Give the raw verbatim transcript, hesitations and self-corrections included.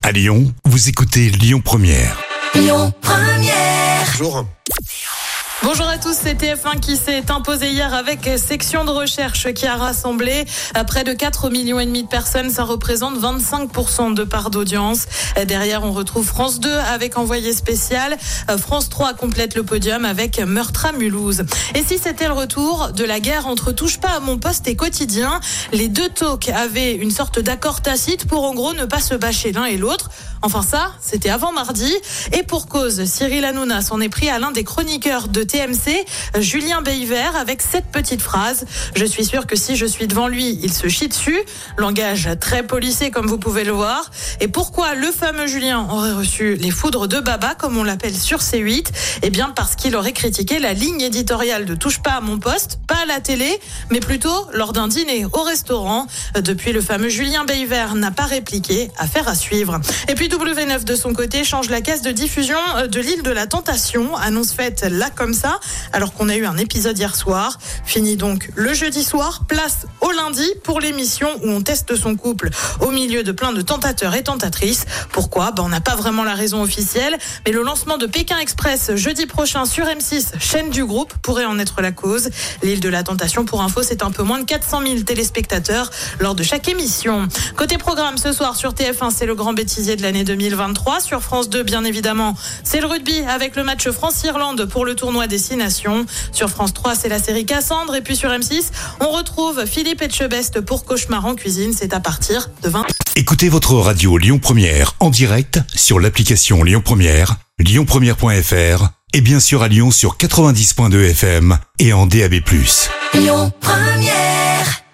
À Lyon, vous écoutez Lyon Première. Lyon Première. Bonjour. Bonjour à tous, c'est T F un qui s'est imposé hier avec Section de recherche qui a rassemblé près de quatre millions et demi de personnes. Ça représente vingt-cinq pour cent de part d'audience. Derrière, on retrouve France deux avec Envoyé spécial. France trois complète le podium avec Meurtre à Mulhouse. Et si c'était le retour de la guerre entre Touche pas à mon poste et Quotidien, les deux talks avaient une sorte d'accord tacite pour en gros ne pas se bâcher l'un et l'autre. Enfin ça, c'était avant mardi. Et pour cause, Cyril Hanouna s'en est pris à l'un des chroniqueurs de T M C, Julien Bayver, avec cette petite phrase. Je suis sûr que si je suis devant lui, il se chie dessus. Langage très policé comme vous pouvez le voir. Et pourquoi le fameux Julien aurait reçu les foudres de Baba, comme on l'appelle sur C huit? Eh bien parce qu'il aurait critiqué la ligne éditoriale de Touche pas à mon poste, pas à la télé, mais plutôt lors d'un dîner au restaurant. Depuis, le fameux Julien Bayver n'a pas répliqué. Affaire à suivre. Et puis W neuf de son côté change la case de diffusion de l'île de la Tentation. Annonce faite là comme ça, alors qu'on a eu un épisode hier soir. Fini donc le jeudi soir, place au lundi pour l'émission où on teste son couple au milieu de plein de tentateurs et tentatrices. Pourquoi ? Ben, on n'a pas vraiment la raison officielle, mais le lancement de Pékin Express jeudi prochain sur M six, chaîne du groupe, pourrait en être la cause. L'île de la Tentation, pour info, c'est un peu moins de quatre cent mille téléspectateurs lors de chaque émission. Côté programme, ce soir sur T F un, c'est le grand bêtisier de l'année deux mille vingt-trois. Sur France deux, bien évidemment, c'est le rugby avec le match France-Irlande pour le tournoi des Six Nations. Sur France trois, c'est la série Cassandre. Et puis sur M six, on retrouve Philippe Etchebest pour Cauchemar en cuisine. C'est à partir de vingt. Écoutez votre radio Lyon Première en direct sur l'application Lyon Première, lyon première point f r et bien sûr à Lyon sur quatre-vingt-dix virgule deux F M et en D A B plus. Lyon Première.